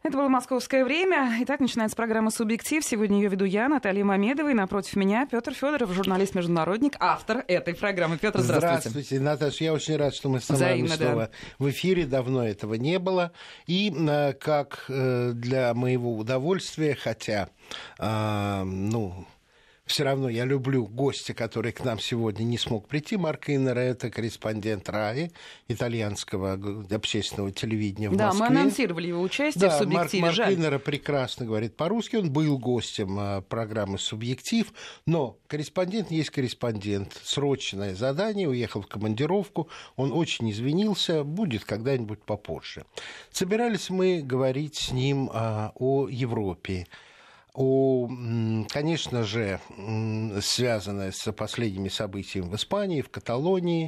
Это было «Московское время». Итак, начинается программа «Субъектив». Сегодня ее веду я, Наталья Мамедова, и напротив меня Петр Федоров, журналист-международник, автор этой программы. Петр, здравствуйте. Здравствуйте, Наташа. Я очень рад, что мы с вами снова в эфире. Давно этого не было. И как для моего удовольствия, хотя, все равно я люблю гостя, который к нам сегодня не смог прийти. Марко Иннера — это корреспондент РАИ, итальянского общественного телевидения в Москве. Да, мы анонсировали его участие в «Субъективе». Марко Иннера прекрасно говорит по-русски. Он был гостем программы «Субъектив». Но корреспондент есть корреспондент. Срочное задание, уехал в командировку. Он очень извинился. Будет когда-нибудь попозже. Собирались мы говорить с ним о Европе. Конечно же, связанное с последними событиями в Испании, в Каталонии.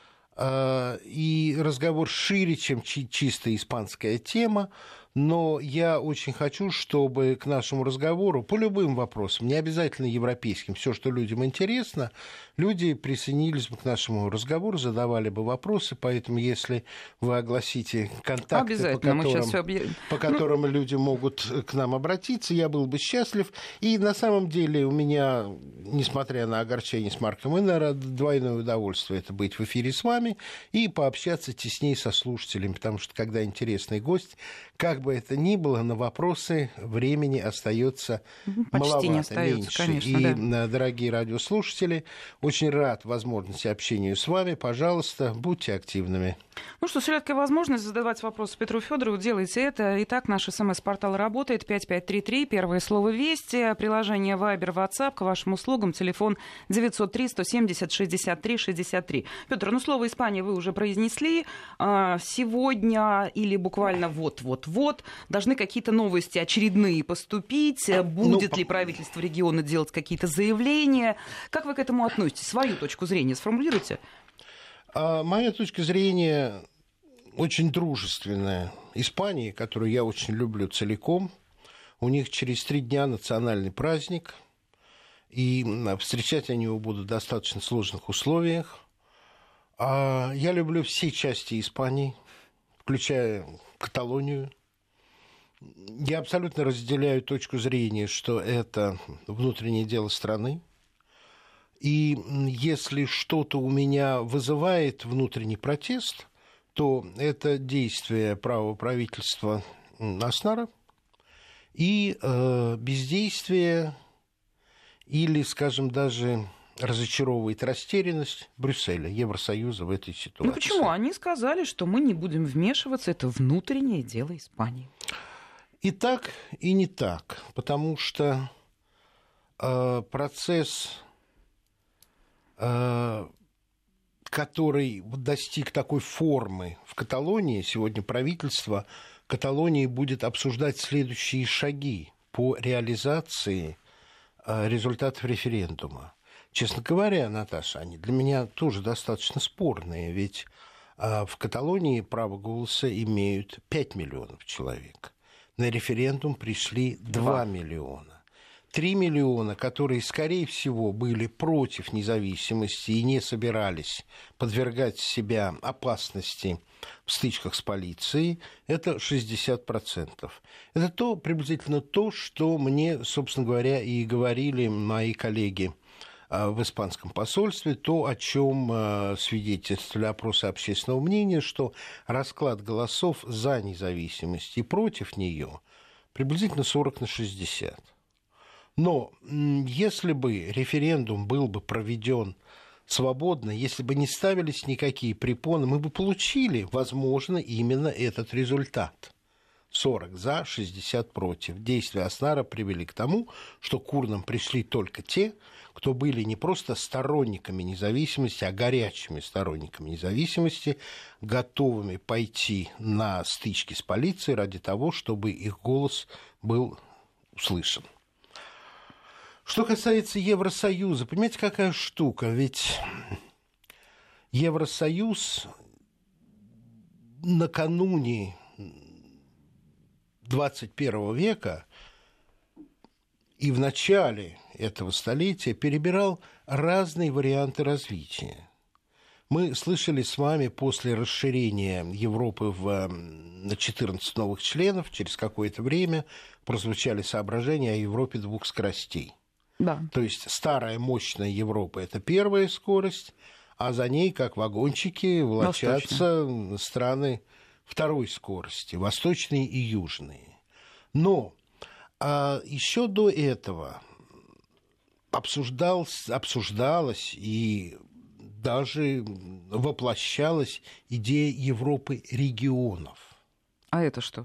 И разговор шире, чем чисто испанская тема. Но я очень хочу, чтобы к нашему разговору по любым вопросам, не обязательно европейским, все, что людям интересно, люди присоединились бы к нашему разговору, задавали бы вопросы. Поэтому, если вы огласите контакты, по которым люди могут к нам обратиться, я был бы счастлив. И на самом деле у меня, несмотря на огорчение с Марком Иннера, двойное удовольствие это быть в эфире с вами и пообщаться теснее со слушателями, потому что, когда интересный гость, как бы это ни было, на вопросы времени остается маловато, не остается, меньше. Конечно, и, да. Дорогие радиослушатели, очень рад возможности общения с вами. Пожалуйста, будьте активными. Ну что, редкая возможность задавать вопросы Петру Федорову. Делайте это. Итак, наш СМС-портал работает. 5533. Первое слово «Вести». Приложение Viber, WhatsApp к вашим услугам. Телефон 903-170-63-63. Петр, слово «Испания» вы уже произнесли. Сегодня или буквально вот-вот-вот должны какие-то новости очередные поступить. Будет ли правительство региона делать какие-то заявления? Как вы к этому относитесь? Свою точку зрения сформулируйте. Моя точка зрения очень дружественная. Испания, которую я очень люблю целиком, у них через 3 дня национальный праздник, и встречать они его будут в достаточно сложных условиях. Я люблю все части Испании, включая Каталонию. Я абсолютно разделяю точку зрения, что это внутреннее дело страны. И если что-то у меня вызывает внутренний протест, то это действие правого правительства Азнара и бездействие или, скажем, даже разочаровывает растерянность Брюсселя, Евросоюза в этой ситуации. Ну почему? Они сказали, что мы не будем вмешиваться, это внутреннее дело Испании. И так, и не так, потому что процесс, который достиг такой формы в Каталонии, сегодня правительство Каталонии будет обсуждать следующие шаги по реализации результатов референдума. Честно говоря, Наташа, они для меня тоже достаточно спорные, ведь в Каталонии право голоса имеют 5 миллионов человек. На референдум пришли 2 миллиона. 3 миллиона, которые, скорее всего, были против независимости и не собирались подвергать себя опасности в стычках с полицией, это 60%. Это приблизительно то, что мне, собственно говоря, и говорили мои коллеги в испанском посольстве, то, о чем свидетельствовали опросы общественного мнения, что расклад голосов за независимость и против нее приблизительно 40/60. Но если бы референдум был бы проведен свободно, если бы не ставились никакие препоны, мы бы получили, возможно, именно этот результат. 40 за, 60 против. Действия Азнара привели к тому, что к урнам пришли только те, кто были не просто сторонниками независимости, а горячими сторонниками независимости, готовыми пойти на стычки с полицией ради того, чтобы их голос был услышан. Что касается Евросоюза, понимаете, какая штука? Ведь Евросоюз накануне 21 века и в начале этого столетия перебирал разные варианты развития. Мы слышали с вами после расширения Европы на 14 новых членов, через какое-то время прозвучали соображения о Европе двух скоростей. Да. То есть старая мощная Европа – это первая скорость, а за ней, как вагончики, волочатся страны второй скорости, восточные и южные. Но еще до этого обсуждалась и даже воплощалась идея Европы регионов. А это что?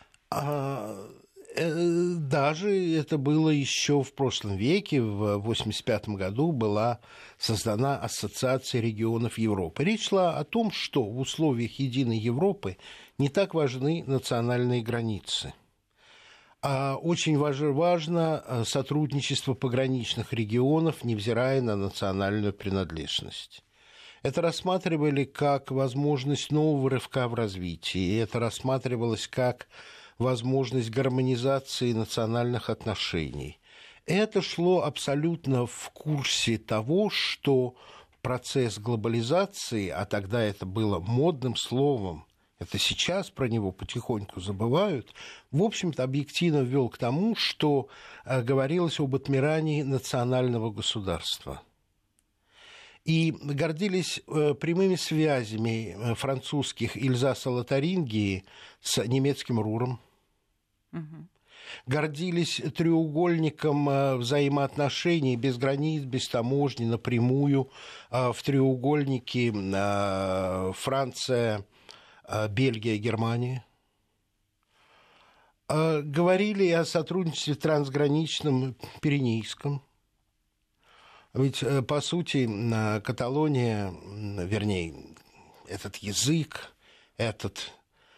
Даже это было еще в прошлом веке, в 1985 году была создана Ассоциация регионов Европы. Речь шла о том, что в условиях единой Европы не так важны национальные границы. Очень важно сотрудничество пограничных регионов, невзирая на национальную принадлежность. Это рассматривали как возможность нового рывка в развитии, это рассматривалось как возможность гармонизации национальных отношений. Это шло абсолютно в курсе того, что процесс глобализации, а тогда это было модным словом, это сейчас про него потихоньку забывают, в общем-то, объективно вел к тому, что говорилось об отмирании национального государства. И гордились прямыми связями французских Эльзаса-Лотарингии с немецким Руром. Гордились треугольником взаимоотношений без границ, без таможни, напрямую в треугольнике Франция, Бельгия, Германия. Говорили о сотрудничестве трансграничном Пиренейском. Ведь, по сути, Каталония, вернее, этот язык, этот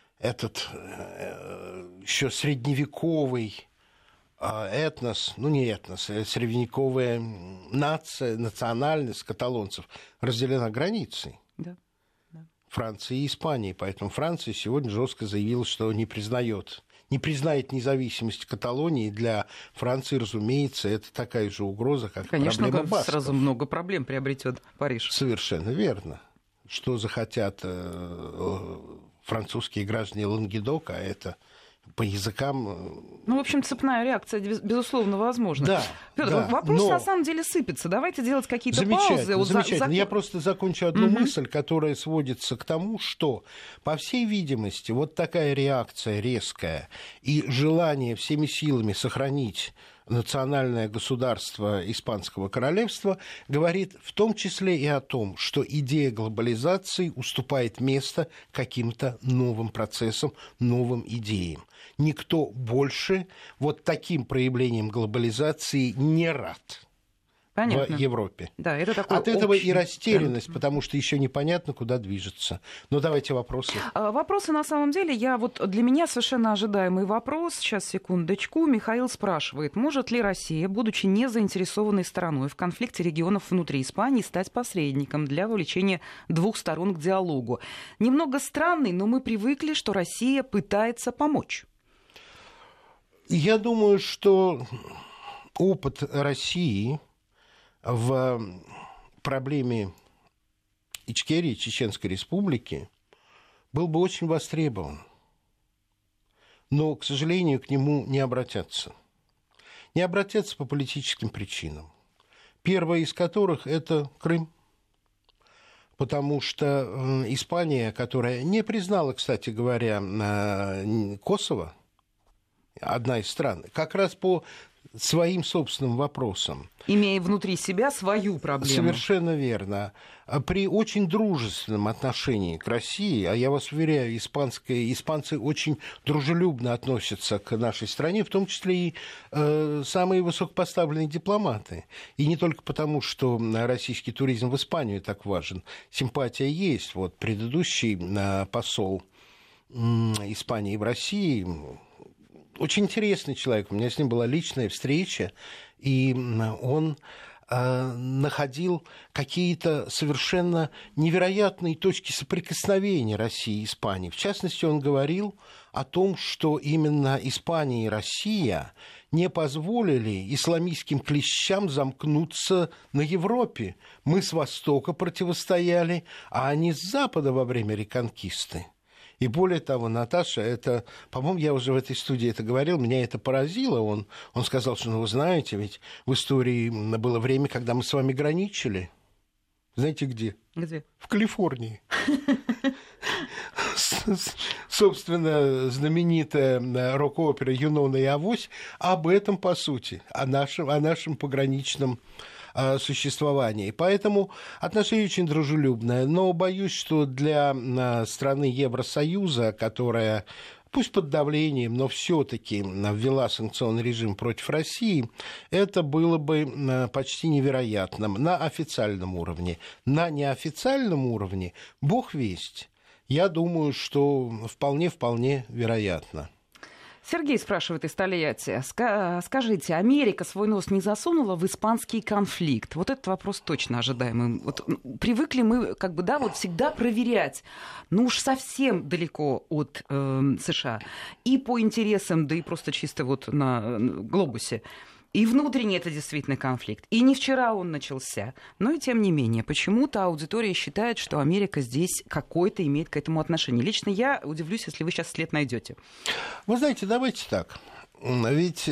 еще средневековый этнос, ну не этнос, средневековая нация, национальность каталонцев разделена границей. Да. Франции и Испании. Поэтому Франция сегодня жестко заявила, что не признает независимость Каталонии. Для Франции, разумеется, это такая же угроза, как конечно, проблема басков. Сразу много проблем приобретет Париж. Совершенно верно. Что захотят французские граждане Лангедока, это по языкам... Ну, в общем, цепная реакция, безусловно, возможна. Да, Пётр, вопрос на самом деле сыпется. Давайте делать какие-то паузы. Замечательно. Я просто закончу одну мысль, которая сводится к тому, что, по всей видимости, вот такая реакция резкая и желание всеми силами сохранить национальное государство Испанского королевства говорит в том числе и о том, что идея глобализации уступает место каким-то новым процессам, новым идеям. Никто больше вот таким проявлением глобализации не рад. Понятно. В Европе. Да, это такой от этого и растерянность, тренд. потому что еще непонятно, куда движется. Но давайте вопросы. Вопросы, на самом деле, для меня совершенно ожидаемый вопрос. Сейчас, секундочку. Михаил спрашивает, может ли Россия, будучи не заинтересованной стороной в конфликте регионов внутри Испании, стать посредником для вовлечения двух сторон к диалогу? Немного странный, но мы привыкли, что Россия пытается помочь. Я думаю, что опыт России в проблеме Ичкерии, Чеченской Республики, был бы очень востребован. Но, к сожалению, к нему не обратятся. Не обратятся по политическим причинам. Первая из которых – это Крым. Потому что Испания, которая не признала, кстати говоря, Косово, одна из стран, как раз по своим собственным вопросам. Имея внутри себя свою проблему. Совершенно верно. При очень дружественном отношении к России, а я вас уверяю, испанцы очень дружелюбно относятся к нашей стране, в том числе и самые высокопоставленные дипломаты. И не только потому, что российский туризм в Испанию так важен. Симпатия есть. Вот предыдущий посол Испании в России... Очень интересный человек. У меня с ним была личная встреча, и он находил какие-то совершенно невероятные точки соприкосновения России и Испании. В частности, он говорил о том, что именно Испания и Россия не позволили исламистским клещам замкнуться на Европе. Мы с Востока противостояли, а они с Запада во время реконкисты. И более того, Наташа, это, по-моему, я уже в этой студии это говорил, меня это поразило. Он сказал, что, вы знаете, ведь в истории было время, когда мы с вами граничили. Знаете, где? Где? В Калифорнии. Собственно, знаменитая рок-опера «Юнона и Авось» об этом, по сути, о нашем пограничном существовании. Поэтому отношение очень дружелюбное. Но боюсь, что для страны Евросоюза, которая, пусть под давлением, но все-таки ввела санкционный режим против России, это было бы почти невероятным на официальном уровне. На неофициальном уровне бог весть. Я думаю, что вполне вероятно. Сергей спрашивает из Тольятти. Скажите, Америка свой нос не засунула в испанский конфликт? Вот этот вопрос точно ожидаемый. Вот, привыкли мы всегда проверять. Ну уж совсем далеко от США. И по интересам, да и просто чисто на глобусе. И внутренний это действительно конфликт. И не вчера он начался. Но и тем не менее, почему-то аудитория считает, что Америка здесь какое-то имеет к этому отношение. Лично я удивлюсь, если вы сейчас след найдете. Вы знаете, давайте так. Ведь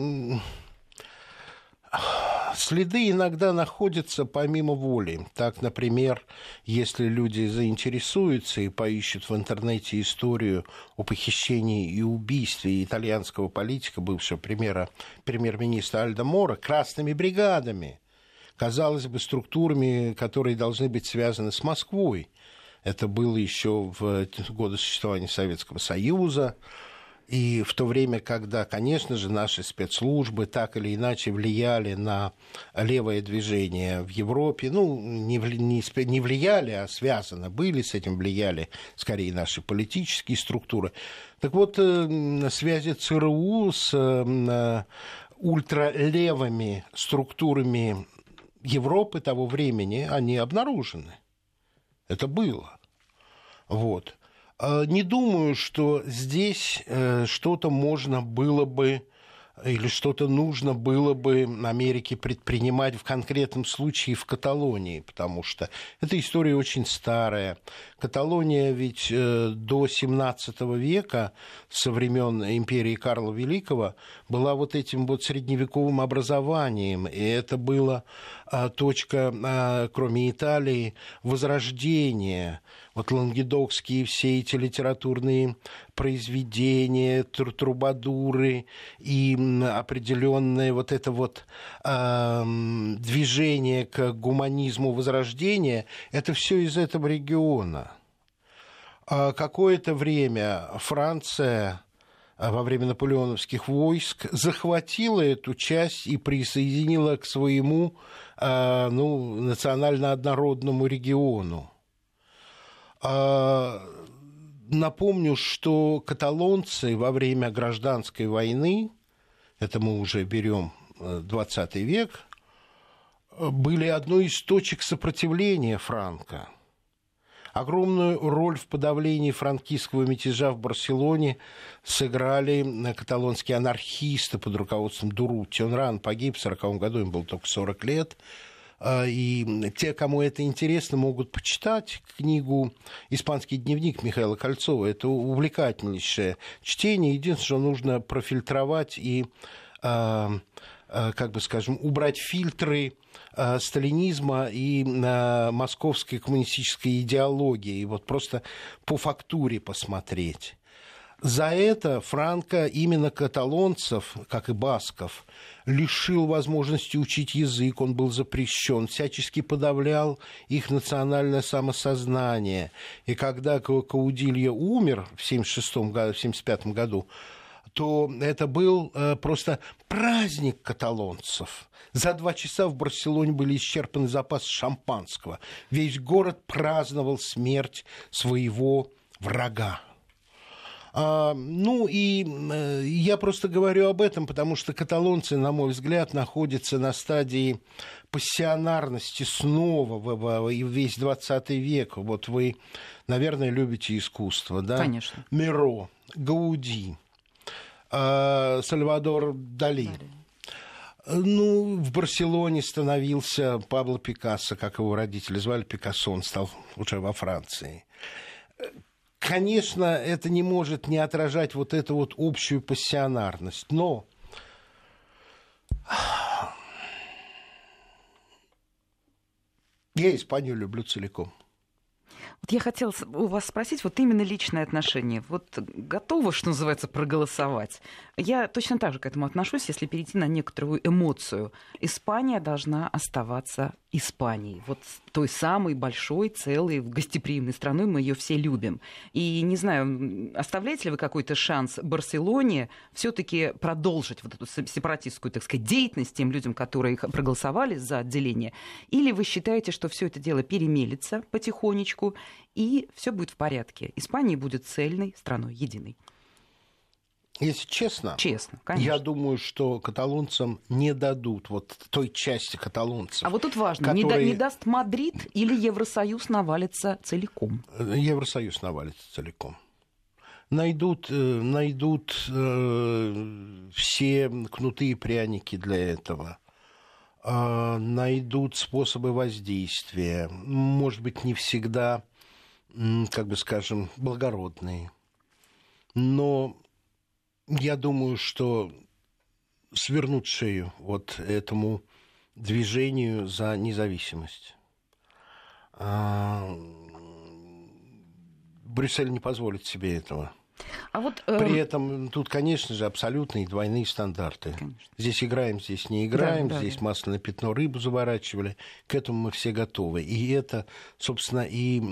следы иногда находятся помимо воли. Так, например, если люди заинтересуются и поищут в интернете историю о похищении и убийстве итальянского политика, бывшего премьер-министра Альдо Моро, красными бригадами, казалось бы, структурами, которые должны быть связаны с Москвой. Это было еще в годы существования Советского Союза. И в то время, когда, конечно же, наши спецслужбы так или иначе влияли на левое движение в Европе, не влияли, а связаны были с этим, влияли скорее наши политические структуры. Так вот, связи ЦРУ с ультралевыми структурами Европы того времени, они обнаружены. Это было. Вот. Не думаю, что здесь что-то можно было бы или что-то нужно было бы Америке предпринимать в конкретном случае в Каталонии, потому что эта история очень старая. Каталония ведь до XVII века, со времен империи Карла Великого, была вот этим вот средневековым образованием, и это была точка, кроме Италии, возрождения. Вот лангедокские все эти литературные произведения, трубадуры и определенное вот это вот движение к гуманизму возрождения, это все из этого региона. Какое-то время Франция во время наполеоновских войск захватила эту часть и присоединила к своему национально-однородному региону. Напомню, что каталонцы во время гражданской войны, это мы уже берем 20 век, были одной из точек сопротивления Франко. Огромную роль в подавлении франкистского мятежа в Барселоне сыграли каталонские анархисты под руководством Дурути. Он рано погиб, в 1940 году, ему было только 40 лет. И те, кому это интересно, могут почитать книгу «Испанский дневник» Михаила Кольцова. Это увлекательнейшее чтение. Единственное, что нужно профильтровать и, убрать фильтры сталинизма и московской коммунистической идеологии. И вот просто по фактуре посмотреть. За это Франко именно каталонцев, как и басков, лишил возможности учить язык, он был запрещен, всячески подавлял их национальное самосознание. И когда Каудильо умер в 1975 году, то это был просто праздник каталонцев. За 2 часа в Барселоне были исчерпаны запасы шампанского. Весь город праздновал смерть своего врага. Ну и я просто говорю об этом, потому что каталонцы, на мой взгляд, находятся на стадии пассионарности снова и весь 20 век. Вот вы, наверное, любите искусство, да? Конечно. Миро, Гауди, Сальвадор Дали. Ну, в Барселоне становился Пабло Пикассо, как его родители звали, Пикассо, он стал уже во Франции. Конечно, это не может не отражать вот эту вот общую пассионарность, но я Испанию люблю целиком. Вот я хотела у вас спросить, вот именно личное отношение. Вот готовы, что называется, проголосовать? Я точно так же к этому отношусь, если перейти на некоторую эмоцию. Испания должна оставаться Испанией. Вот той самой большой, целой, гостеприимной страной, мы ее все любим. И не знаю, оставляете ли вы какой-то шанс Барселоне все-таки продолжить вот эту сепаратистскую, так сказать, деятельность тем людям, которые проголосовали за отделение? Или вы считаете, что все это дело перемелится потихонечку, и все будет в порядке? Испания будет цельной страной, единой. Если честно, конечно. Я думаю, что каталонцам не дадут, вот той части каталонцев. А вот тут важно, которые... не даст Мадрид или Евросоюз навалится целиком? Евросоюз навалится целиком. Найдут все кнуты и пряники для этого. Найдут способы воздействия. Может быть, не всегда, как бы скажем, благородные. Но я думаю, что свернут шею вот этому движению за независимость. Брюссель не позволит себе этого. При этом тут, конечно же, абсолютные двойные стандарты. Конечно. Здесь играем, здесь не играем, здесь масло на пятно рыбу заворачивали. К этому мы все готовы. И это, собственно, и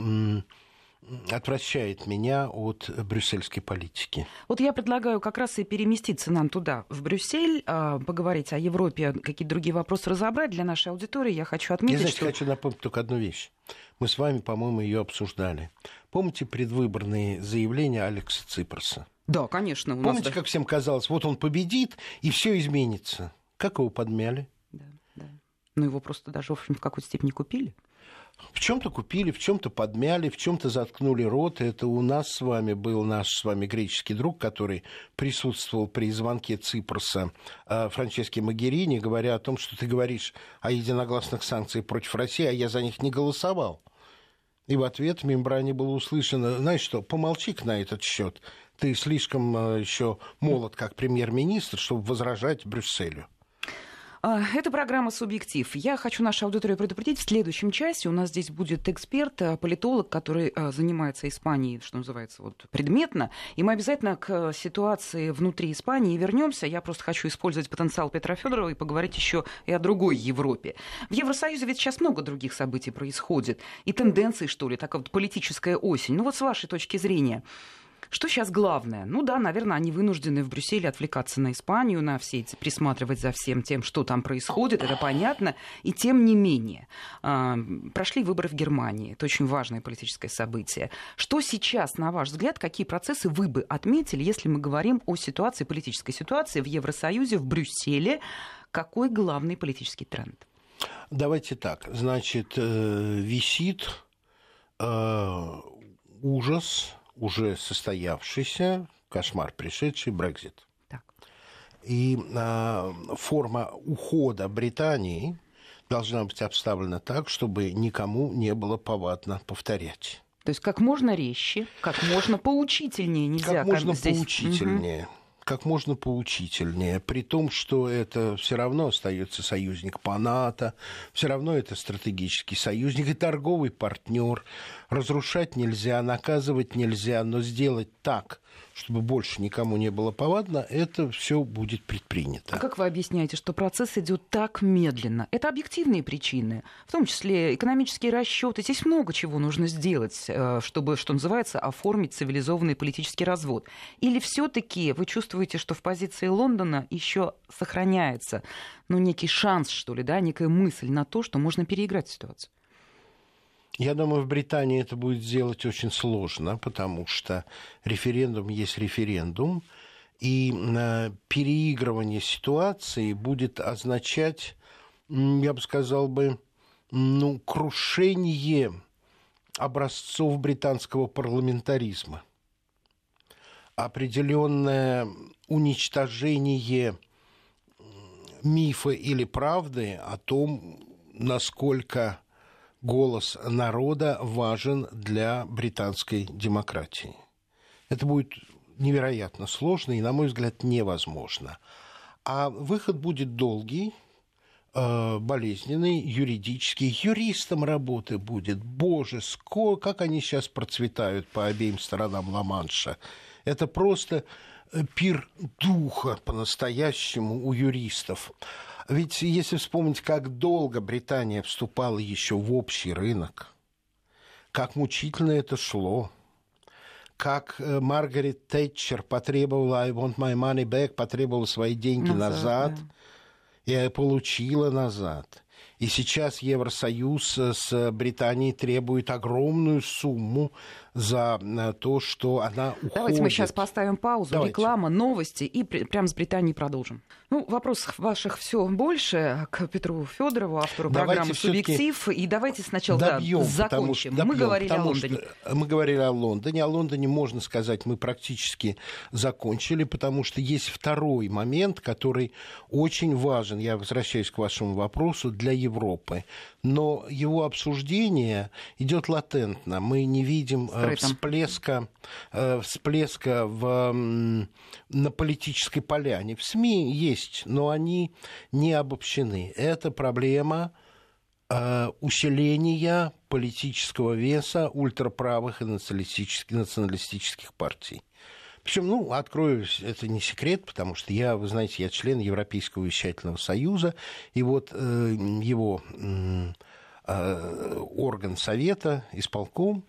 отвращает меня от брюссельской политики. Вот я предлагаю как раз и переместиться нам туда, в Брюссель, поговорить о Европе, какие-то другие вопросы разобрать для нашей аудитории. Я хочу отметить, Я хочу напомнить только одну вещь. Мы с вами, по-моему, ее обсуждали. Помните предвыборные заявления Алекса Ципроса? Да, конечно. Помните, как всем казалось, вот он победит, и все изменится? Как его подмяли? Да. Но его просто даже, в общем, в какой-то степени купили. В чем-то купили, в чем-то подмяли, в чем-то заткнули рот. Это у нас с вами был наш с вами греческий друг, который присутствовал при звонке Ципроса Франческе Могерини, говоря о том, что ты говоришь о единогласных санкциях против России, а я за них не голосовал. И в ответ в мембране было услышано: знаешь что, помолчи-ка на этот счет. Ты слишком еще молод как премьер-министр, чтобы возражать Брюсселю. Это программа «Субъектив». Я хочу нашу аудиторию предупредить. В следующем часе у нас здесь будет эксперт, политолог, который занимается Испанией, что называется, вот, предметно. И мы обязательно к ситуации внутри Испании вернемся. Я просто хочу использовать потенциал Петра Федорова и поговорить еще и о другой Европе. В Евросоюзе ведь сейчас много других событий происходит. И тенденции, что ли, такая вот политическая осень. Ну вот с вашей точки зрения, что сейчас главное? Ну да, наверное, они вынуждены в Брюсселе отвлекаться на Испанию, на все эти, присматривать за всем тем, что там происходит, это понятно. И тем не менее, прошли выборы в Германии. Это очень важное политическое событие. Что сейчас, на ваш взгляд, какие процессы вы бы отметили, если мы говорим о ситуации, политической ситуации в Евросоюзе, в Брюсселе? Какой главный политический тренд? Давайте так. Значит, висит ужас, уже состоявшийся, кошмар пришедший, Брексит. И форма ухода Британии должна быть обставлена так, чтобы никому не было повадно повторять. То есть как можно резче, как можно поучительнее. Нельзя как можно здесь... поучительнее. Как можно поучительнее, при том, что это все равно остается союзник по НАТО, все равно это стратегический союзник и торговый партнер. Разрушать нельзя, наказывать нельзя, но сделать так, чтобы больше никому не было повадно, это все будет предпринято. А как вы объясняете, что процесс идет так медленно? Это объективные причины, в том числе экономические расчеты. Здесь много чего нужно сделать, чтобы, что называется, оформить цивилизованный политический развод. Или все-таки вы чувствуете, что в позиции Лондона еще сохраняется, некий шанс, что ли, да, некая мысль на то, что можно переиграть ситуацию? Я думаю, в Британии это будет сделать очень сложно, потому что референдум есть референдум, и переигрывание ситуации будет означать, я бы сказал, крушение образцов британского парламентаризма, определенное уничтожение мифа или правды о том, насколько голос народа важен для британской демократии. Это будет невероятно сложно и, на мой взгляд, невозможно. А выход будет долгий, болезненный, юридический. Юристам работы будет. Боже, как они сейчас процветают по обеим сторонам Ла-Манша. Это просто пир духа по-настоящему у юристов. Ведь если вспомнить, как долго Британия вступала еще в общий рынок, как мучительно это шло, как Маргарет Тэтчер потребовала «I want my money back», потребовала свои деньги назад да. И получила назад. И сейчас Евросоюз с Британией требует огромную сумму за то, что она уходит. Давайте мы сейчас поставим паузу. Давайте. Реклама, новости и прямо с Британии продолжим. Вопросов ваших все больше к Петру Федорову, автору программы «Субъектив». И давайте сначала закончим. Мы говорили о Лондоне. Мы говорили о Лондоне. О Лондоне, можно сказать, мы практически закончили, потому что есть второй момент, который очень важен. Я возвращаюсь к вашему вопросу для Европы. Но его обсуждение идет латентно. Мы не видим всплеска на политической поляне. В СМИ есть, но они не обобщены. Это проблема усиления политического веса ультраправых и националистических партий. Причем, открою, это не секрет, потому что вы знаете, я член Европейского вещательного союза, и вот его орган совета, исполком,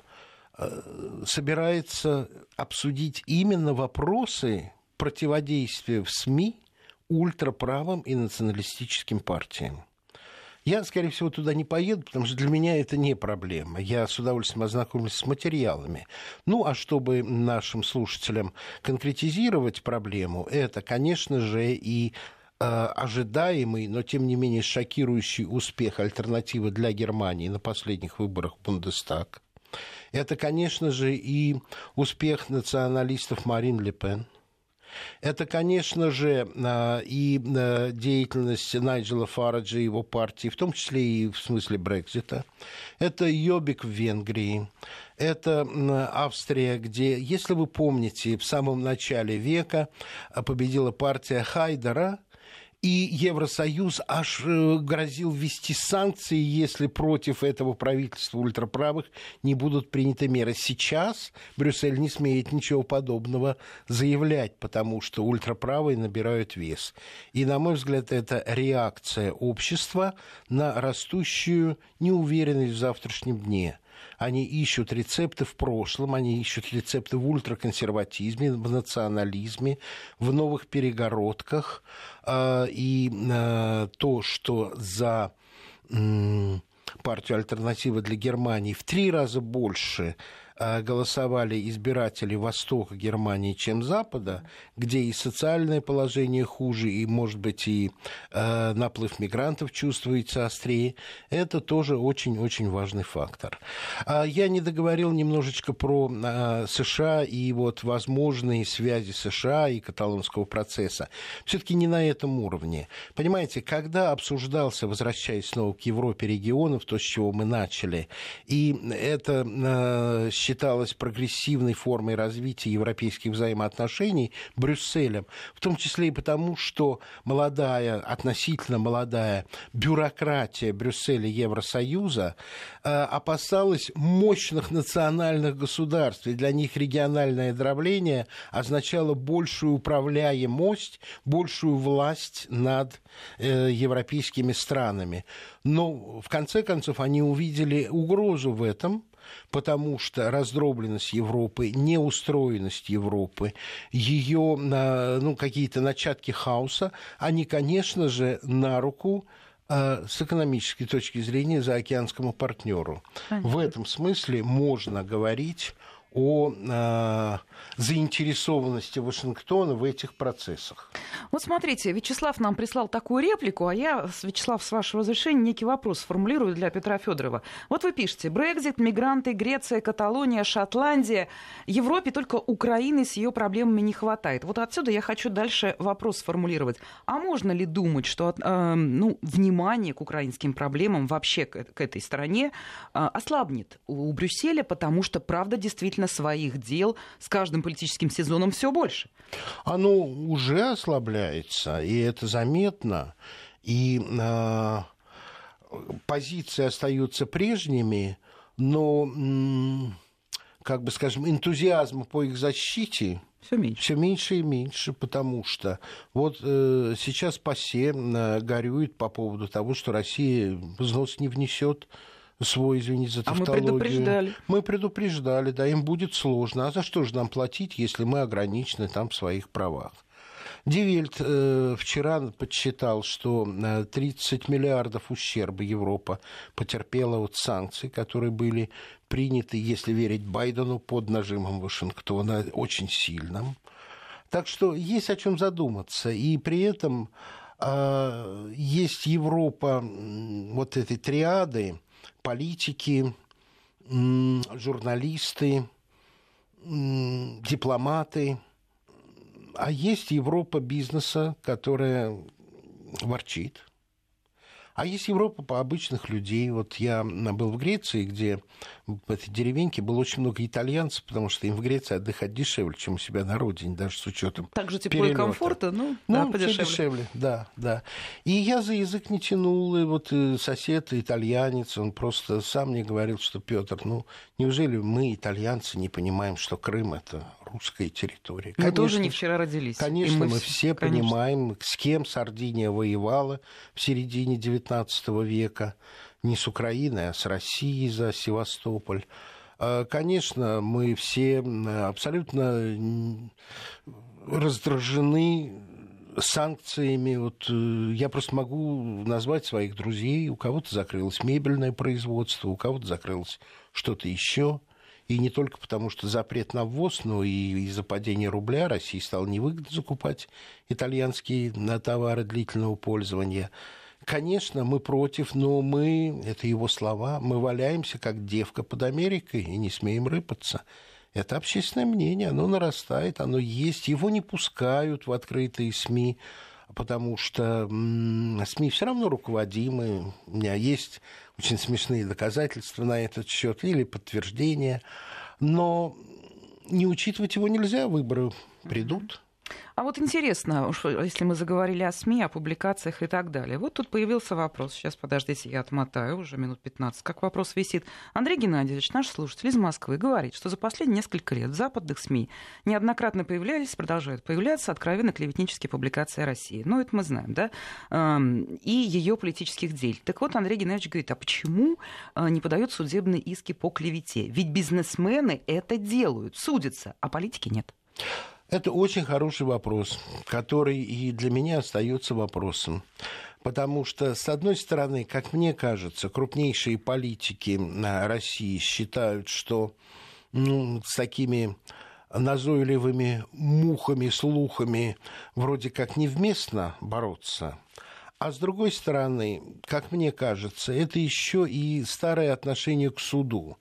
собирается обсудить именно вопросы противодействия в СМИ ультраправым и националистическим партиям. Я, скорее всего, туда не поеду, потому что для меня это не проблема. Я с удовольствием ознакомлюсь с материалами. А чтобы нашим слушателям конкретизировать проблему, это, конечно же, и ожидаемый, но, тем не менее, шокирующий успех альтернативы для Германии на последних выборах в Бундестаг. Это, конечно же, и успех националистов Марин Ле Пен. Это, конечно же, и деятельность Найджела Фараджа и его партии, в том числе и в смысле Брексита. Это Йобик в Венгрии. Это Австрия, где, если вы помните, в самом начале века победила партия Хайдера, и Евросоюз аж грозил ввести санкции, если против этого правительства ультраправых не будут приняты меры. Сейчас Брюссель не смеет ничего подобного заявлять, потому что ультраправые набирают вес. И, на мой взгляд, это реакция общества на растущую неуверенность в завтрашнем дне. Они ищут рецепты в прошлом, они ищут рецепты в ультраконсерватизме, в национализме, в новых перегородках. И то, что за партию «Альтернатива для Германии» в 3 раза больше голосовали избиратели Востока Германии, чем Запада, где и социальное положение хуже, и, может быть, и наплыв мигрантов чувствуется острее, это тоже очень-очень важный фактор. Я не договорил немножечко про США и возможные связи США и каталонского процесса. Все-таки не на этом уровне. Понимаете, когда обсуждался, возвращаясь снова к Европе регионов, то, с чего мы начали, и это считалось прогрессивной формой развития европейских взаимоотношений Брюсселем, в том числе и потому, что относительно молодая бюрократия Брюсселя и Евросоюза опасалась мощных национальных государств, и для них региональное дробление означало большую управляемость, большую власть над европейскими странами. Но, в конце концов, они увидели угрозу в этом, потому что раздробленность Европы, неустроенность Европы, ее какие-то начатки хаоса, они, конечно же, на руку с экономической точки зрения заокеанскому партнеру. В этом смысле можно говорить о заинтересованности Вашингтона в этих процессах. Вот смотрите, Вячеслав нам прислал такую реплику, а я, Вячеслав, с вашего разрешения, некий вопрос сформулирую для Петра Федорова. Вот вы пишете: Брексит, мигранты, Греция, Каталония, Шотландия. Европе только Украины с ее проблемами не хватает. Вот отсюда я хочу дальше вопрос сформулировать. А можно ли думать, что внимание к украинским проблемам вообще к этой стране ослабнет у Брюсселя, потому что, правда, действительно своих дел с каждым политическим сезоном все больше? Оно уже ослабляется, и это заметно, и позиции остаются прежними, но, как бы скажем, энтузиазма по их защите все меньше и меньше, потому что вот сейчас ПАСЕ горюет по поводу того, что Россия взнос не внесет свой, извините за тавтологию. Мы предупреждали, да, им будет сложно. А за что же нам платить, если мы ограничены там в своих правах? Ди Вельт вчера подсчитал, что 30 миллиардов ущерба Европа потерпела от санкций, которые были приняты, если верить Байдену, под нажимом Вашингтона, очень сильным. Так что есть о чем задуматься. И при этом есть Европа вот этой триады: политики, журналисты, дипломаты. А есть Европа бизнеса, которая ворчит. А есть Европа обычных людей. Вот я был в Греции, где в этой деревеньке было очень много итальянцев, потому что им в Греции отдыхать дешевле, чем у себя на родине, даже с учетом так же тепло и комфорта, да, подешевле. Да. И я за язык не тянул, и вот сосед итальянец, он просто сам мне говорил, что: Петр, неужели мы, итальянцы, не понимаем, что Крым — это русская территория? Мы тоже не вчера родились. Конечно, мы все понимаем, с кем Сардиния воевала в середине XIX века. Не с Украиной, а с Россией за Севастополь. Конечно, мы все абсолютно раздражены санкциями. Вот я просто могу назвать своих друзей. У кого-то закрылось мебельное производство, у кого-то закрылось что-то еще. И не только потому, что запрет на ввоз, но и из-за падения рубля России стало невыгодно закупать итальянские товары длительного пользования. Конечно, мы против, но мы, это его слова, мы валяемся, как девка под Америкой, и не смеем рыпаться. Это общественное мнение, оно нарастает, оно есть. Его не пускают в открытые СМИ, потому что СМИ все равно руководимы. У меня есть очень смешные доказательства на этот счет или подтверждения. Но не учитывать его нельзя, выборы придут. А вот интересно, если мы заговорили о СМИ, о публикациях и так далее. Вот тут появился вопрос. Сейчас, подождите, я отмотаю, уже минут 15, как вопрос висит. Андрей Геннадьевич, наш слушатель из Москвы, говорит, что за последние несколько лет в западных СМИ неоднократно продолжают появляться откровенно клеветнические публикации о России. Ну, это мы знаем, да? И ее политических деятелей. Так вот, Андрей Геннадьевич говорит, а почему не подают судебные иски по клевете? Ведь бизнесмены это делают, судятся, а политики нет. Это очень хороший вопрос, который и для меня остается вопросом. Потому что, с одной стороны, как мне кажется, крупнейшие политики России считают, что с такими назойливыми мухами, слухами вроде как невместно бороться. А с другой стороны, как мне кажется, это еще и старое отношение к суду.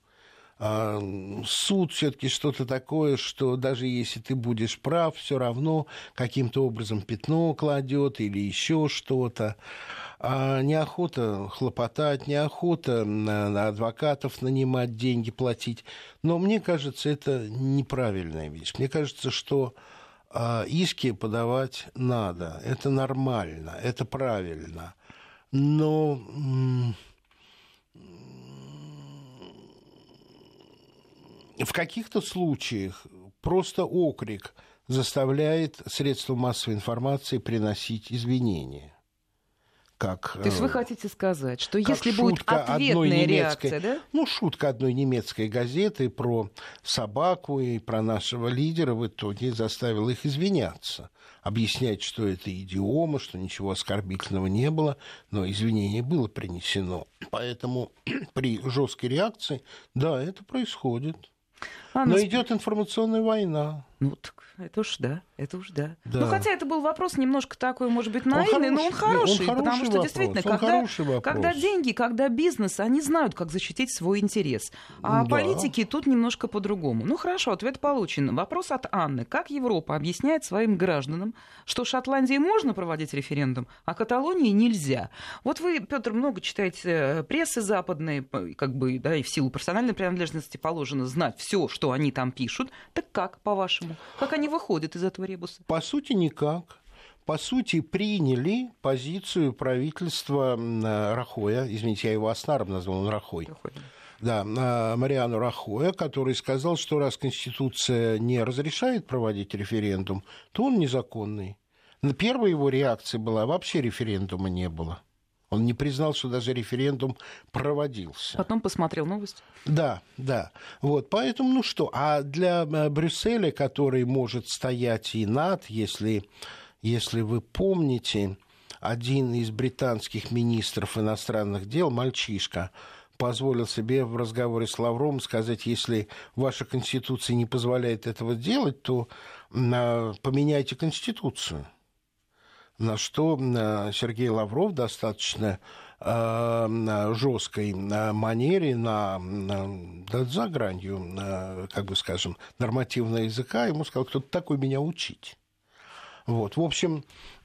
Суд все-таки что-то такое, что даже если ты будешь прав, все равно каким-то образом пятно кладет или еще что-то. Неохота хлопотать, неохота на адвокатов нанимать, деньги платить. Но мне кажется, это неправильная вещь. Мне кажется, что иски подавать надо. Это нормально, это правильно. Но в каких-то случаях просто окрик заставляет средства массовой информации приносить извинения. как... То есть вы хотите сказать, что если шутка будет ответная реакция, да? Ну, шутка одной немецкой газеты про собаку и про нашего лидера в итоге заставила их извиняться, объяснять, что это идиома, что ничего оскорбительного не было, но извинение было принесено. Поэтому при жесткой реакции, да, это происходит. Но идет информационная война. Ну, так это уж да. Да. Ну, хотя это был вопрос немножко такой, может быть, наивный, но он хороший, потому что действительно, когда деньги, когда бизнес, они знают, как защитить свой интерес. А политики тут немножко по-другому. Ну, хорошо, ответ получен. Вопрос от Анны. Как Европа объясняет своим гражданам, что Шотландии можно проводить референдум, а Каталонии нельзя? Вот вы, Петр, много читаете прессы западной, как бы, да, и в силу профессиональной принадлежности положено знать все, что они там пишут. Так как, по-вашему? Как они выходят из этого ребуса? По сути, никак. По сути, приняли позицию правительства Рахоя. Извините, я его Аснаром назвал, он Рахой. Да, Мариано Рахоя, который сказал, что раз Конституция не разрешает проводить референдум, то он незаконный. Но первая его реакция была: вообще референдума не было. Он не признал, что даже референдум проводился. Потом посмотрел новости. Да. Вот, поэтому, ну что, а для Брюсселя, который может стоять и над, если вы помните, один из британских министров иностранных дел, мальчишка, позволил себе в разговоре с Лавровым сказать: если ваша Конституция не позволяет этого делать, то поменяйте Конституцию. На что Сергей Лавров достаточно жесткой манере, за гранью, как бы скажем, нормативного языка, ему сказал: кто-то такой меня учить. Вот. В общем,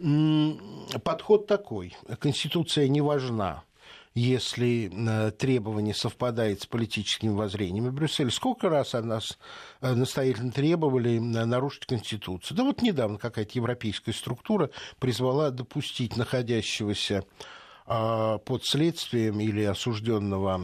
подход такой. Конституция не важна, если требование совпадает с политическими воззрениями. Брюссель сколько раз от нас настоятельно требовали нарушить Конституцию? Да вот недавно какая-то европейская структура призвала допустить находящегося под следствием или осужденного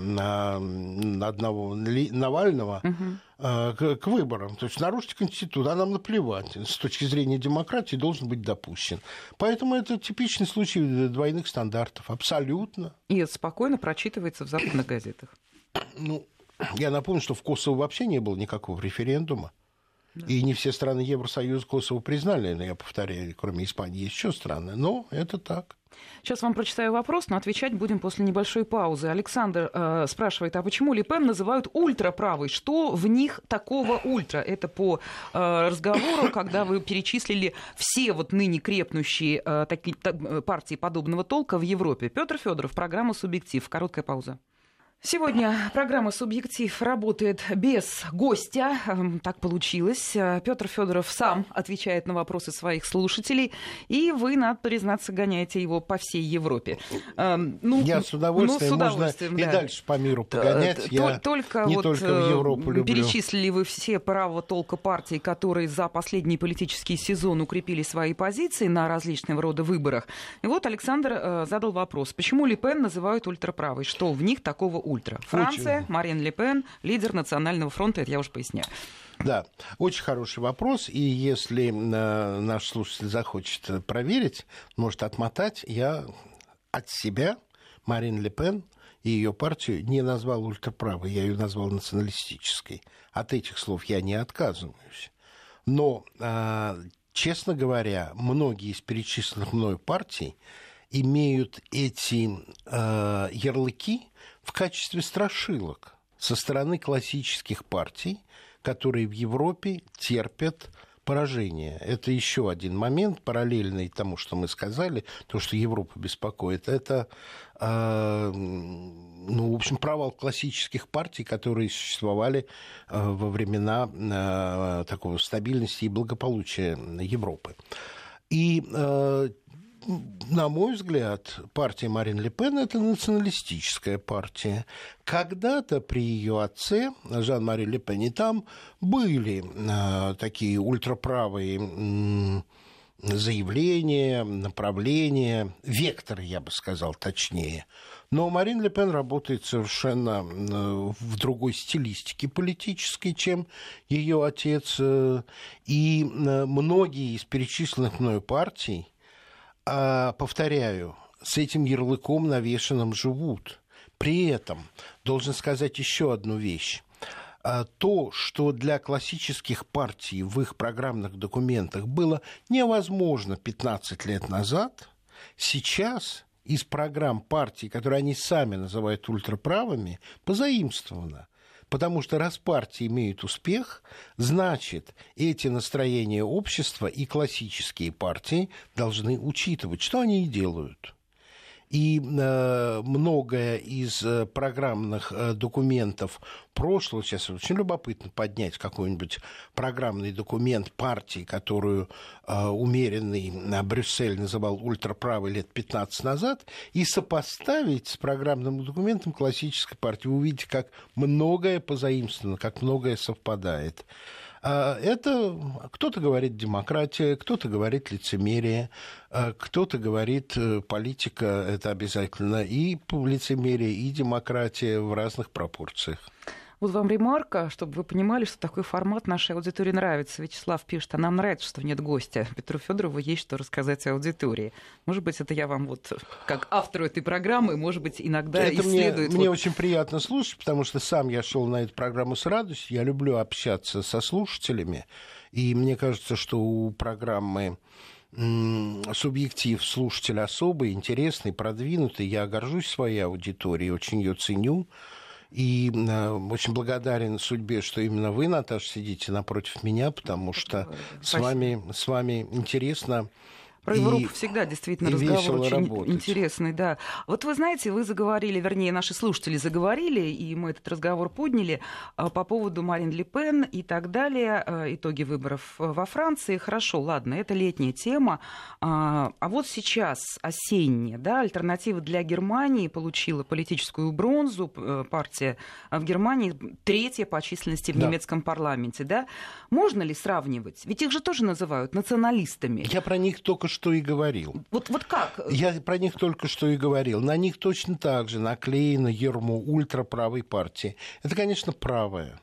одного Навального к выборам. То есть нарушить Конституцию, а нам наплевать. С точки зрения демократии должен быть допущен. Поэтому это типичный случай двойных стандартов. Абсолютно. И это спокойно прочитывается в западных газетах. Ну, я напомню, что в Косово вообще не было никакого референдума. Да. И не все страны Евросоюза Косово признали, я повторяю, кроме Испании, есть еще страны. Но это так. Сейчас вам прочитаю вопрос, но отвечать будем после небольшой паузы. Александр спрашивает, а почему Ле Пен называют ультраправой? Что в них такого ультра? Это по разговору, когда вы перечислили все вот ныне крепнущие партии подобного толка в Европе. Петр Федоров, программа «Субъектив». Короткая пауза. Сегодня программа «Субъектив» работает без гостя. Так получилось. Петр Федоров сам отвечает на вопросы своих слушателей, и вы, надо признаться, гоняете его по всей Европе. Я с удовольствием. Можно да. И дальше по миру погонять. Я только не только в Европу люблю. Перечислили вы все правого толка партий, которые за последний политический сезон укрепили свои позиции на различного рода выборах. И вот Александр задал вопрос, почему Ле Пен называют ультраправой? Что в них такого ультра? Франция, Марин Ле Пен, лидер Национального фронта, это я уже поясняю. Да, очень хороший вопрос, и если наш слушатель захочет проверить, может отмотать, я от себя Марин Ле Пен и ее партию не назвал ультраправой, я ее назвал националистической. От этих слов я не отказываюсь. Но, честно говоря, многие из перечисленных мною партий имеют эти ярлыки в качестве страшилок со стороны классических партий, которые в Европе терпят поражение. Это еще один момент, параллельный тому, что мы сказали, то, что Европа беспокоит. Это, в общем, провал классических партий, которые существовали во времена такой стабильности и благополучия Европы. И на мой взгляд, партия Марин Ле Пен – это националистическая партия. Когда-то при ее отце, Жан-Мари Ле Пене, там были такие ультраправые заявления, направления, векторы, я бы сказал, точнее. Но Марин Ле Пен работает совершенно в другой стилистике политической, чем ее отец. И многие из перечисленных мною партий, повторяю, с этим ярлыком навешанным живут. При этом должен сказать еще одну вещь. То, что для классических партий в их программных документах было невозможно 15 лет назад, сейчас из программ партий, которые они сами называют ультраправыми, позаимствовано. Потому что раз партии имеют успех, значит, эти настроения общества и классические партии должны учитывать, что они и делают. И многое из программных документов прошлого, сейчас очень любопытно поднять какой-нибудь программный документ партии, которую умеренный Брюссель называл ультраправой лет 15 назад, и сопоставить с программным документом классической партии. Вы увидите, как многое позаимствовано, как многое совпадает. Это кто-то говорит демократия, кто-то говорит лицемерие, кто-то говорит политика, это обязательно и лицемерие, и демократия в разных пропорциях. Вот вам ремарка, чтобы вы понимали, что такой формат нашей аудитории нравится. Вячеслав пишет, а нам нравится, что нет гостя. Петру Федорову есть что рассказать аудитории. Может быть, это я вам вот, как автору этой программы, может быть, иногда это исследует. Мне очень приятно слушать, потому что сам я шел на эту программу с радостью. Я люблю общаться со слушателями. И мне кажется, что у программы субъектив слушателя особый, интересный, продвинутый. Я горжусь своей аудиторией, очень ее ценю. И очень благодарен судьбе, что именно вы, Наташа, сидите напротив меня, потому что с вами интересно. Про Европу всегда действительно разговор очень интересный, да. Вот вы знаете, вы заговорили, вернее, наши слушатели заговорили, и мы этот разговор подняли по поводу Марин Ле Пен и так далее, итоги выборов во Франции. Хорошо, ладно, это летняя тема. А вот сейчас осенняя, да, альтернатива для Германии получила политическую бронзу. Партия в Германии третья по численности в немецком парламенте, да. Можно ли сравнивать? Ведь их же тоже называют националистами. Я про них только что и говорил. Вот как? Я про них только что и говорил. На них точно так же наклеено ярмо ультраправой партии. Это, конечно, правая,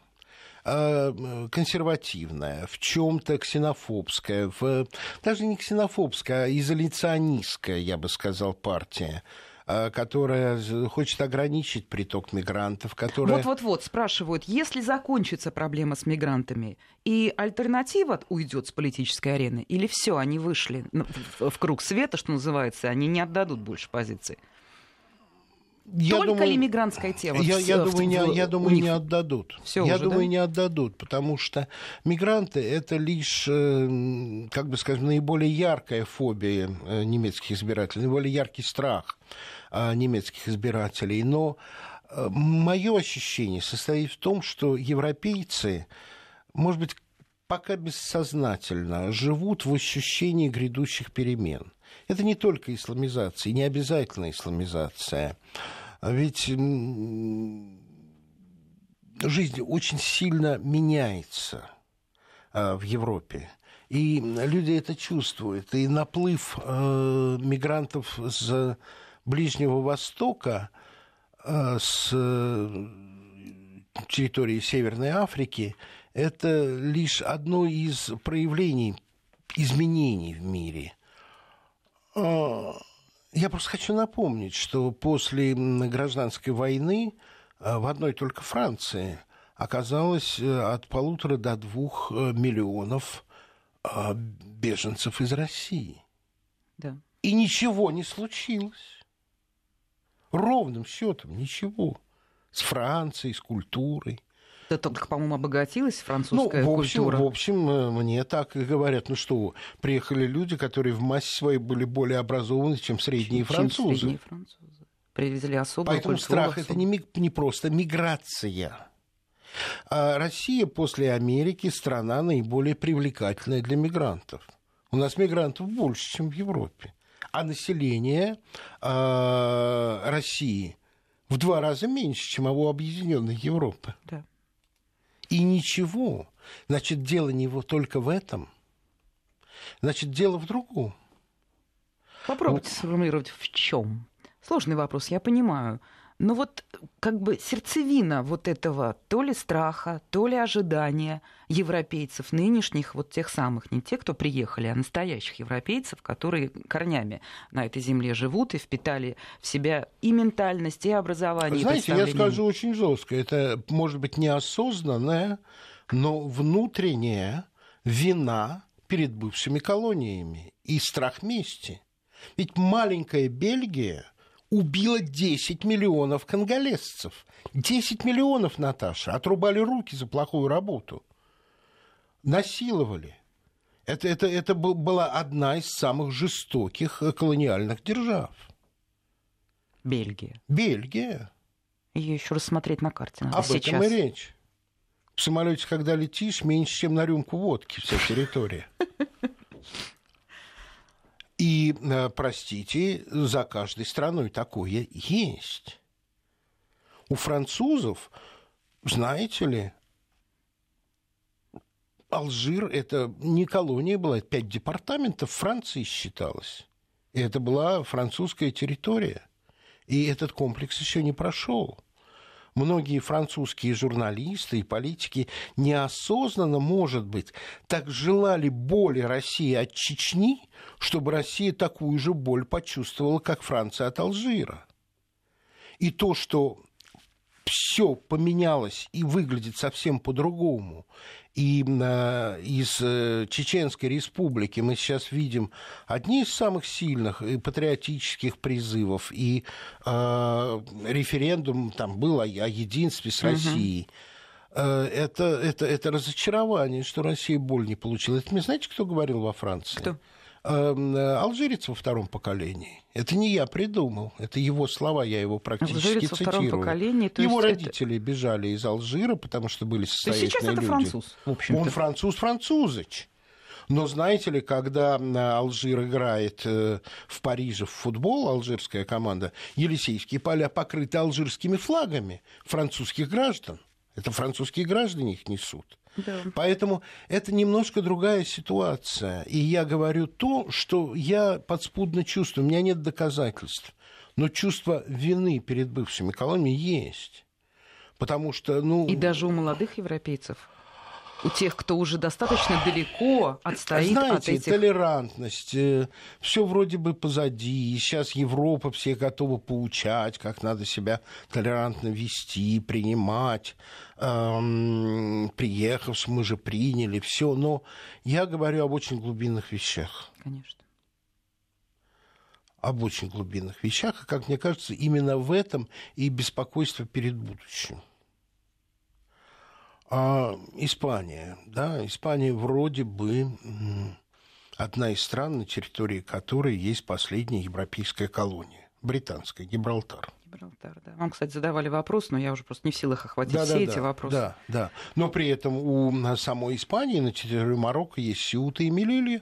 консервативная, в чем-то ксенофобская, даже не ксенофобская, а изоляционистская, я бы сказал, партия, которая хочет ограничить приток мигрантов, которая... Вот-вот-вот, спрашивают, если закончится проблема с мигрантами, и альтернатива уйдет с политической арены, или все, они вышли в круг света, что называется, они не отдадут больше позиций? Только ли мигрантская тема? Я думаю, не отдадут. Не отдадут, потому что мигранты — это лишь, как бы скажем, наиболее яркая фобия немецких избирателей, наиболее яркий страх немецких избирателей. Но мое ощущение состоит в том, что европейцы, может быть, пока бессознательно живут в ощущении грядущих перемен. Это не только исламизация, не обязательно исламизация. Ведь жизнь очень сильно меняется в Европе. И люди это чувствуют. И наплыв мигрантов с Ближнего Востока, с территории Северной Африки, это лишь одно из проявлений изменений в мире. Я просто хочу напомнить, что после гражданской войны в одной только Франции оказалось от 1,5 до 2 миллионов беженцев из России. Да. И ничего не случилось. Ровным счетом ничего. С Францией, с культурой. Да только, по-моему, обогатилась французская культура. В общем, мне так и говорят. Ну что, приехали люди, которые в массе своей были более образованы, чем средние французы. Привезли особую Поэтому культуру. Страх — это не просто миграция. А Россия после Америки страна наиболее привлекательная для мигрантов. У нас мигрантов больше, чем в Европе. А население России в 2 раза меньше, чем у Объединенной Европы. Да. И ничего. Значит, дело не только в этом. Значит, дело в другом. Попробуйте сформулировать, в чем. Сложный вопрос, я понимаю. Но вот как бы сердцевина вот этого то ли страха, то ли ожидания европейцев нынешних, вот тех самых, не те, кто приехали, а настоящих европейцев, которые корнями на этой земле живут и впитали в себя и ментальность, и образование, знаете, и я скажу очень жестко, это может быть неосознанная, но внутренняя вина перед бывшими колониями и страх мести. Ведь маленькая Бельгия убила 10 миллионов конголезцев. 10 миллионов, Наташа, отрубали руки за плохую работу. Насиловали. Это была одна из самых жестоких колониальных держав. Бельгия. Бельгия. Ее еще рассмотреть на карте надо Об сейчас. этом и речь. В самолете, когда летишь, меньше, чем на рюмку водки вся территория. И, простите, за каждой страной такое есть. У французов, знаете ли, Алжир – это не колония была, это 5 департаментов Франции считалось. И это была французская территория. И этот комплекс еще не прошел. Многие французские журналисты и политики неосознанно, может быть, так желали боли России от Чечни, чтобы Россия такую же боль почувствовала, как Франция от Алжира. И то, что все поменялось и выглядит совсем по-другому, и из Чеченской Республики мы сейчас видим одни из самых сильных и патриотических призывов, и референдум там был о единстве с Россией. Это разочарование, что Россия боль не получила. Это мне знаете, кто говорил во Франции? Кто? Алжирец во втором поколении. Это не я придумал, это его слова, я его практически цитирую. Его родители бежали из Алжира, потому что были состоятельные люди. То есть сейчас это француз, в общем-то. Он француз-французыч. Но знаете ли, когда Алжир играет в Париже в футбол, алжирская команда, Елисейские поля покрыты алжирскими флагами французских граждан. Это французские граждане их несут. Да. Поэтому это немножко другая ситуация. И я говорю то, что я подспудно чувствую. У меня нет доказательств. Но чувство вины перед бывшими колониями есть. Потому что, И даже у молодых европейцев, у тех, кто уже достаточно далеко отстоит знаете, от этих... толерантность, все вроде бы позади. И сейчас Европа все готова поучать, как надо себя толерантно вести, принимать. Приехав, мы же приняли все. Но я говорю об очень глубинных вещах. Конечно. Об очень глубинных вещах. И, как мне кажется, именно в этом и беспокойство перед будущим. Испания, да, Испания вроде бы одна из стран, на территории которой есть последняя европейская колония, британская, Гибралтар. Гибралтар, да. Вам, кстати, задавали вопрос, но я уже просто не в силах охватить эти вопросы. Да. Но при этом у самой Испании на территории Марокко есть Сеута и Мелилья.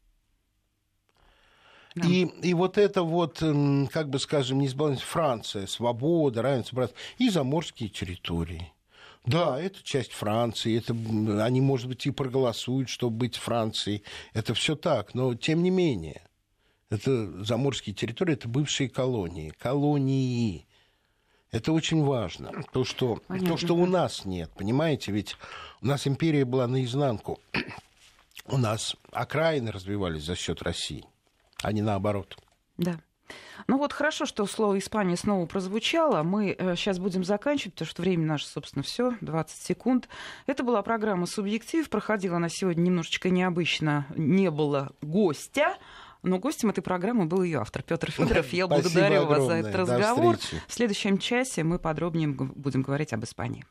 Да. И вот это вот, как бы скажем, не сбалансировать Франция, свобода, равенство, братство, и заморские территории. Да, это часть Франции, они, может быть, и проголосуют, чтобы быть Францией. Это все так, но тем не менее. Это заморские территории, это бывшие колонии. Колонии. Это очень важно. То, что у нас нет, понимаете? Ведь у нас империя была наизнанку. У нас окраины развивались за счет России, а не наоборот. Да. Ну вот хорошо, что слово «Испания» снова прозвучало. Мы сейчас будем заканчивать, потому что время наше, собственно, все, 20 секунд. Это была программа «Субъектив». Проходила она сегодня немножечко необычно. Не было гостя, но гостем этой программы был ее автор Петр Федоров. Я благодарю вас за этот разговор. В следующем часе мы подробнее будем говорить об Испании.